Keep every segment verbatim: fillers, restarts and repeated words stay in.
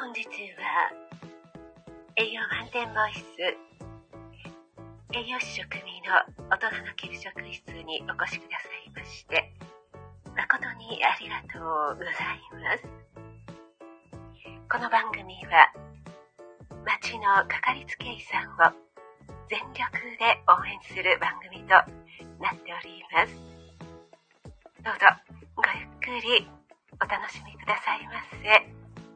本日は栄養満点ボイス栄養士食味の音が書ける職員室にお越しくださいまして誠にありがとうございます。この番組は町のかかりつけ医さんを全力で応援する番組となっております。どうぞごゆっくりお楽しみくださいませ。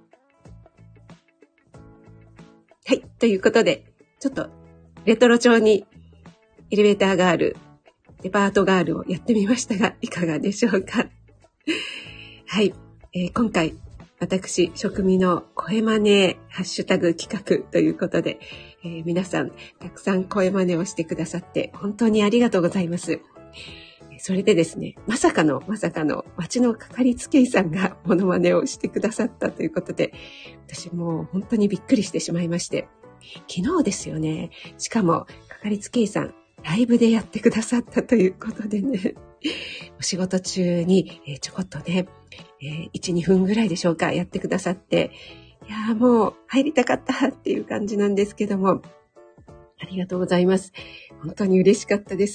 はい。ということで、ちょっとレトロ調にエレベーターガール、デパートガールをやってみましたが、いかがでしょうか。はい、えー。今回、私、食味の声真似ハッシュタグ企画ということで、えー、皆さん、たくさん声真似をしてくださって、本当にありがとうございます。それでですね、まさかの、まさかの町のかかりつけ医さんがモノマネをしてくださったということで、私もう本当にびっくりしてしまいまして、昨日ですよね、しかもかかりつけ医さん、ライブでやってくださったということでね、お仕事中にちょこっとね、いち、にふんぐらいでしょうか、やってくださって、いやーもう入りたかったっていう感じなんですけども、ありがとうございます。本当に嬉しかったです。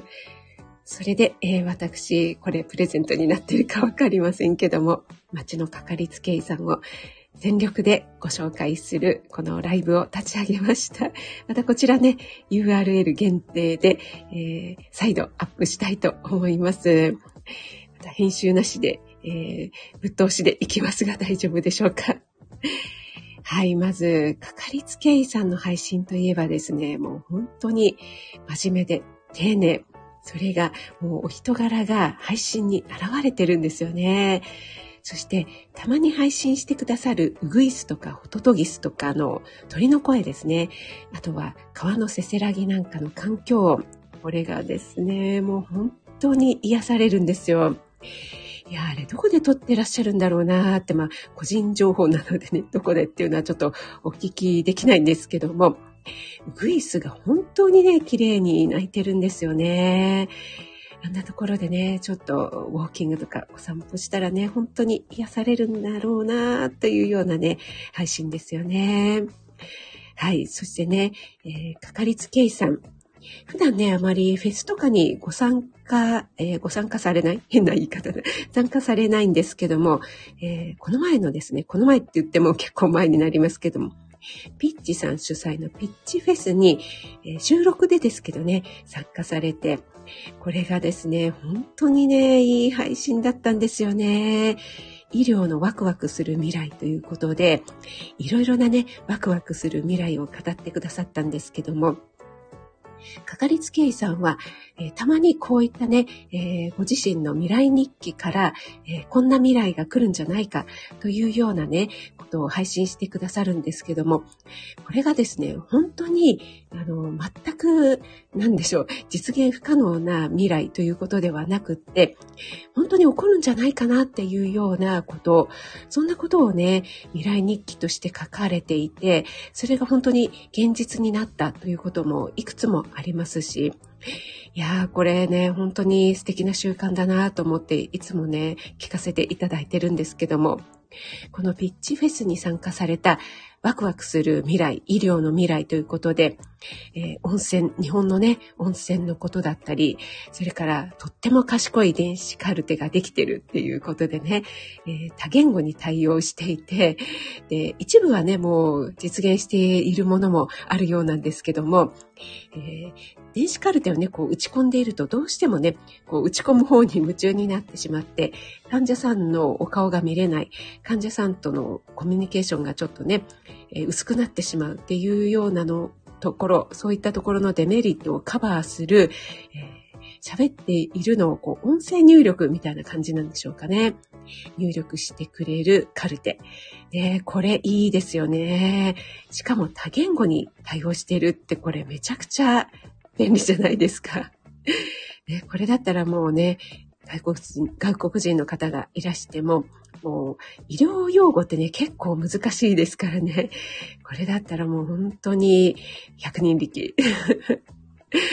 それで、えー、私、これプレゼントになっているかわかりませんけども、町のかかりつけ医さんを全力でご紹介するこのライブを立ち上げました。またこちらね、ユーアールエル 限定で、えー、再度アップしたいと思います。また編集なしで、えー、ぶっ通しでいきますが大丈夫でしょうか。はい、まず、かかりつけ医さんの配信といえばですね、もう本当に真面目で丁寧。それがもうお人柄が配信に現れてるんですよね。そしてたまに配信してくださるウグイスとかホトトギスとかの鳥の声ですね。あとは川のせせらぎなんかの環境音。これがですね、もう本当に癒されるんですよ。いや、あれどこで撮ってらっしゃるんだろうなーって、まあ個人情報なのでね、どこでっていうのはちょっとお聞きできないんですけども、ウグイスが本当にね、綺麗に鳴いてるんですよね。あんなところでね、ちょっとウォーキングとかお散歩したらね、本当に癒されるんだろうなというようなね、配信ですよね。はい。そしてね、えー、かかりつけ医さん。普段ね、あまりフェスとかにご参加、えー、ご参加されない変な言い方だ。参加されないんですけども、えー、この前のですね、この前って言っても結構前になりますけども、ピッチさん主催のピッチフェスに、えー、収録でですけどね、参加されて、これがですね、本当にね、いい配信だったんですよね。医療のワクワクする未来ということで、いろいろなね、ワクワクする未来を語ってくださったんですけども、かかりつけ医さんは、えー、たまにこういったね、えー、ご自身の未来日記から、えー、こんな未来が来るんじゃないかというようなね、ことを配信してくださるんですけども、これがですね、本当に、あの、全く、なんでしょう、実現不可能な未来ということではなくって、本当に起こるんじゃないかなっていうようなこと、そんなことをね、未来日記として書かれていて、それが本当に現実になったということもいくつもありますし、いやーこれね、本当に素敵な習慣だなと思っていつもね、聞かせていただいてるんですけども、このピッチフェスに参加されたワクワクする未来、医療の未来ということで、えー、温泉、日本のね、温泉のことだったり、それからとっても賢い電子カルテができてるっていうことでね、えー、多言語に対応していて、で、一部はね、もう実現しているものもあるようなんですけども、えー、電子カルテをね、こう打ち込んでいるとどうしてもね、こう打ち込む方に夢中になってしまって、患者さんのお顔が見れない、患者さんとのコミュニケーションがちょっとね、えー、薄くなってしまうっていうようなのところ、そういったところのデメリットをカバーする、えー、喋っているのをこう音声入力みたいな感じなんでしょうかね。入力してくれるカルテ。ね、これいいですよね。しかも多言語に対応しているってこれめちゃくちゃ便利じゃないですか。ね、これだったらもうね、外国人、外国人の方がいらしても、もう医療用語ってね、結構難しいですからね。これだったらもう本当に百人力。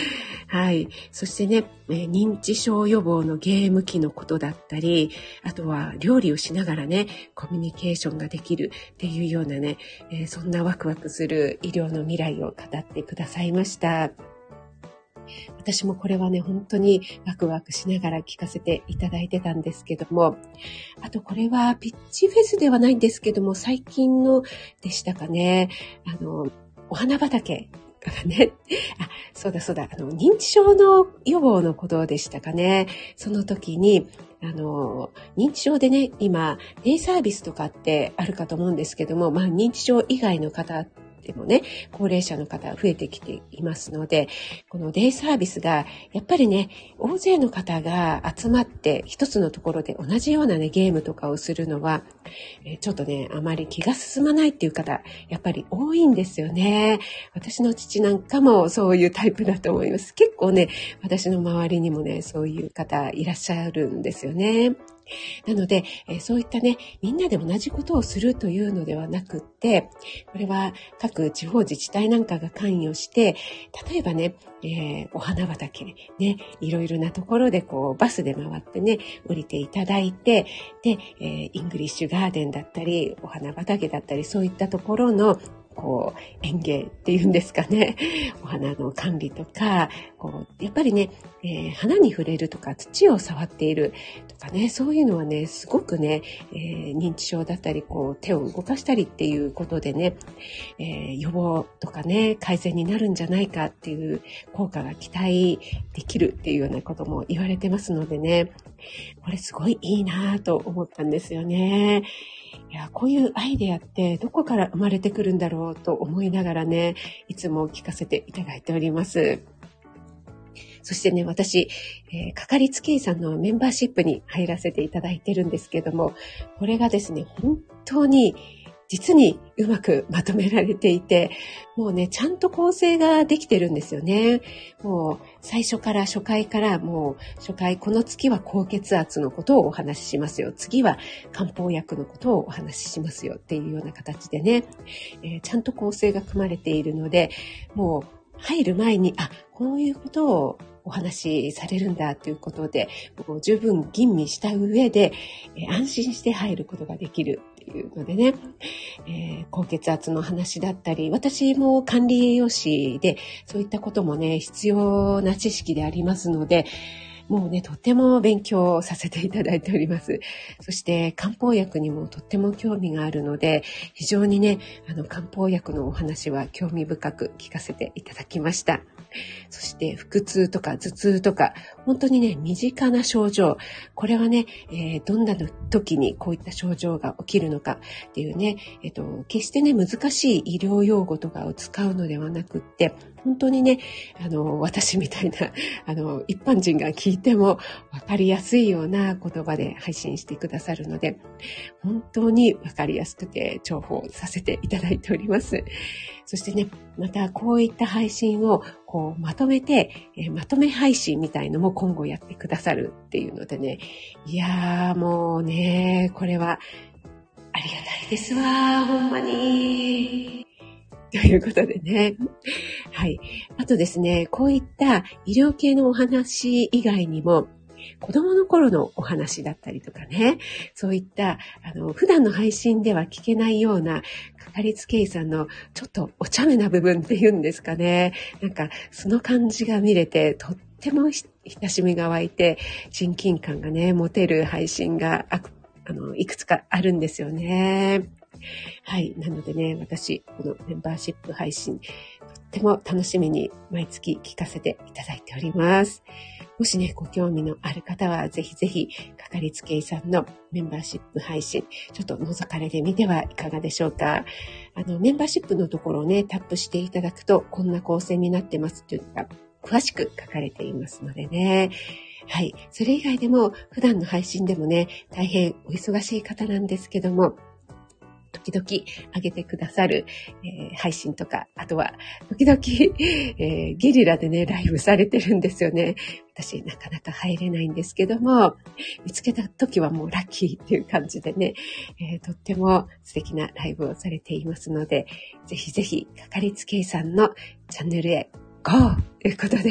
はい。そしてね、えー認知症予防のゲーム機のことだったり、あとは料理をしながらね、コミュニケーションができるっていうようなね、えーそんなワクワクする医療の未来を語ってくださいました。私もこれはね、本当にワクワクしながら聞かせていただいてたんですけども、あとこれはピッチフェスではないんですけども、最近のでしたかね、あの、お花畑がね、あ、そうだそうだ、あの、認知症の予防のことでしたかね。その時に、あの、認知症でね、今、デイサービスとかってあるかと思うんですけども、まあ、認知症以外の方でもね、高齢者の方増えてきていますので、このデイサービスが、やっぱりね、大勢の方が集まって一つのところで同じようなね、ゲームとかをするのは、えーちょっとね、あまり気が進まないっていう方、やっぱり多いんですよね。私の父なんかもそういうタイプだと思います。結構ね、私の周りにもね、そういう方いらっしゃるんですよね。なので、えーそういったね、みんなで同じことをするというのではなくって、これは各地方自治体なんかが関与して、例えばね、えーお花畑ね、いろいろなところでこうバスで回ってね、降りていただいて、で、えーイングリッシュガーデンだったり、お花畑だったり、そういったところのこう園芸っていうんですかね、お花の管理とか、こうやっぱりね、えー花に触れるとか土を触っているとかね、そういうのはね、すごくね、えー認知症だったり、こう手を動かしたりっていうことでね、えー予防とかね、改善になるんじゃないかっていう効果が期待できるっていうようなことも言われてますのでね、これすごいいいなぁと思ったんですよね。いや、こういうアイデアってどこから生まれてくるんだろうと思いながらね、いつも聞かせていただいております。そしてね、私、えー、かかりつけ医さんのメンバーシップに入らせていただいてるんですけども、これがですね、本当に実にうまくまとめられていて、もうね、ちゃんと構成ができてるんですよね。もう最初から初回からもう初回、この月は高血圧のことをお話ししますよ。次は漢方薬のことをお話ししますよっていうような形でね、えーちゃんと構成が組まれているので、もう入る前に、あ、こういうことをお話しされるんだということで、もう十分吟味した上で、えー安心して入ることができるっていうのでね、えー高血圧の話だったり、私も管理栄養士で、そういったこともね、必要な知識でありますので、もうね、とても勉強させていただいております。そして漢方薬にもとっても興味があるので、非常にね、あの漢方薬のお話は興味深く聞かせていただきました。そして腹痛とか頭痛とか、本当にね、身近な症状。これはね、えーどんな時にこういった症状が起きるのかっていうね、えっと、決してね、難しい医療用語とかを使うのではなくって、本当にね、あの、私みたいな、あの、一般人が聞いてもわかりやすいような言葉で配信してくださるので、本当にわかりやすくて重宝させていただいております。そしてね、またこういった配信をこうまとめて、えーまとめ配信みたいのも今後やってくださるっていうのでね、いやーもうね、これはありがたいですわ、ほんまに。ということでね。はい。あとですね、こういった医療系のお話以外にも、子供の頃のお話だったりとかね、そういったあの普段の配信では聞けないようなかかりつけ医さんのちょっとお茶目な部分っていうんですかね、なんかその感じが見れてとっても親しみが湧いて親近感がね持てる配信がああのいくつかあるんですよね。はい。なのでね、私、このメンバーシップ配信、とっても楽しみに毎月聞かせていただいております。もしね、ご興味のある方は、ぜひぜひ、かかりつけ医さんのメンバーシップ配信、ちょっと覗かれてみてはいかがでしょうか。あの、メンバーシップのところをね、タップしていただくと、こんな構成になってますというのが、詳しく書かれていますのでね。はい。それ以外でも、普段の配信でもね、大変お忙しい方なんですけども、時々上げてくださる、えー配信とか、あとは時々、えーゲリラでね、ライブされてるんですよね。私なかなか入れないんですけども、見つけた時はもうラッキーっていう感じでね、えーとっても素敵なライブをされていますので、ぜひぜひかかりつけ医さんのチャンネルへゴーということで、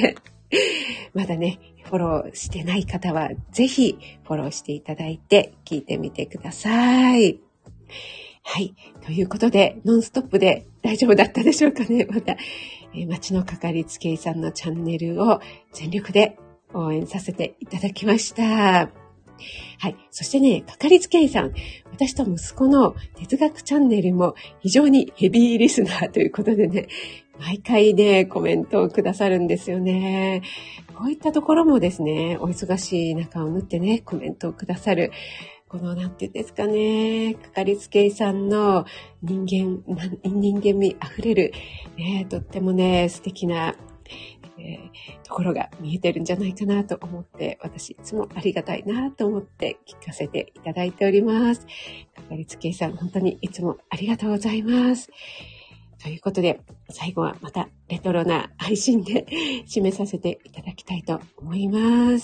まだね、フォローしてない方は、ぜひフォローしていただいて、聞いてみてください。はい。ということで、ノンストップで大丈夫だったでしょうかね。また、えー、町のかかりつけ医さんのチャンネルを全力で応援させていただきました。はい。そしてね、かかりつけ医さん、私と息子の哲学チャンネルも非常にヘビーリスナーということでね、毎回ね、コメントをくださるんですよね。こういったところもですね、お忙しい中を縫ってね、コメントをくださる、この、なんていうんですかね、かかりつけ医さんの人間、人間味あふれる、ね、とってもね、素敵な、えー、ところが見えてるんじゃないかなと思って、私いつもありがたいなと思って聞かせていただいております。かかりつけ医さん、本当にいつもありがとうございます。ということで、最後はまたレトロな配信で締めさせていただきたいと思います。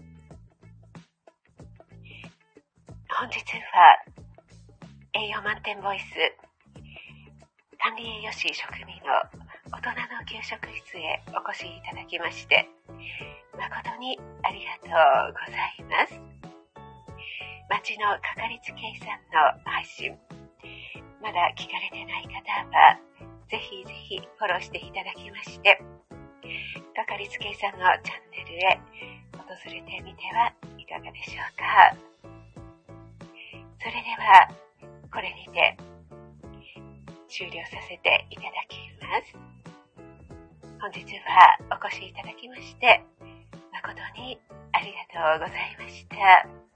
本日は栄養満点ボイス管理栄養士食味の大人の給食室へお越しいただきまして誠にありがとうございます。町のかかりつけ医さんの配信、まだ聞かれてない方はぜひぜひフォローしていただきまして、かかりつけ医さんのチャンネルへ訪れてみてはいかがでしょうか。それではこれにて終了させていただきます。本日はお越しいただきまして誠にありがとうございました。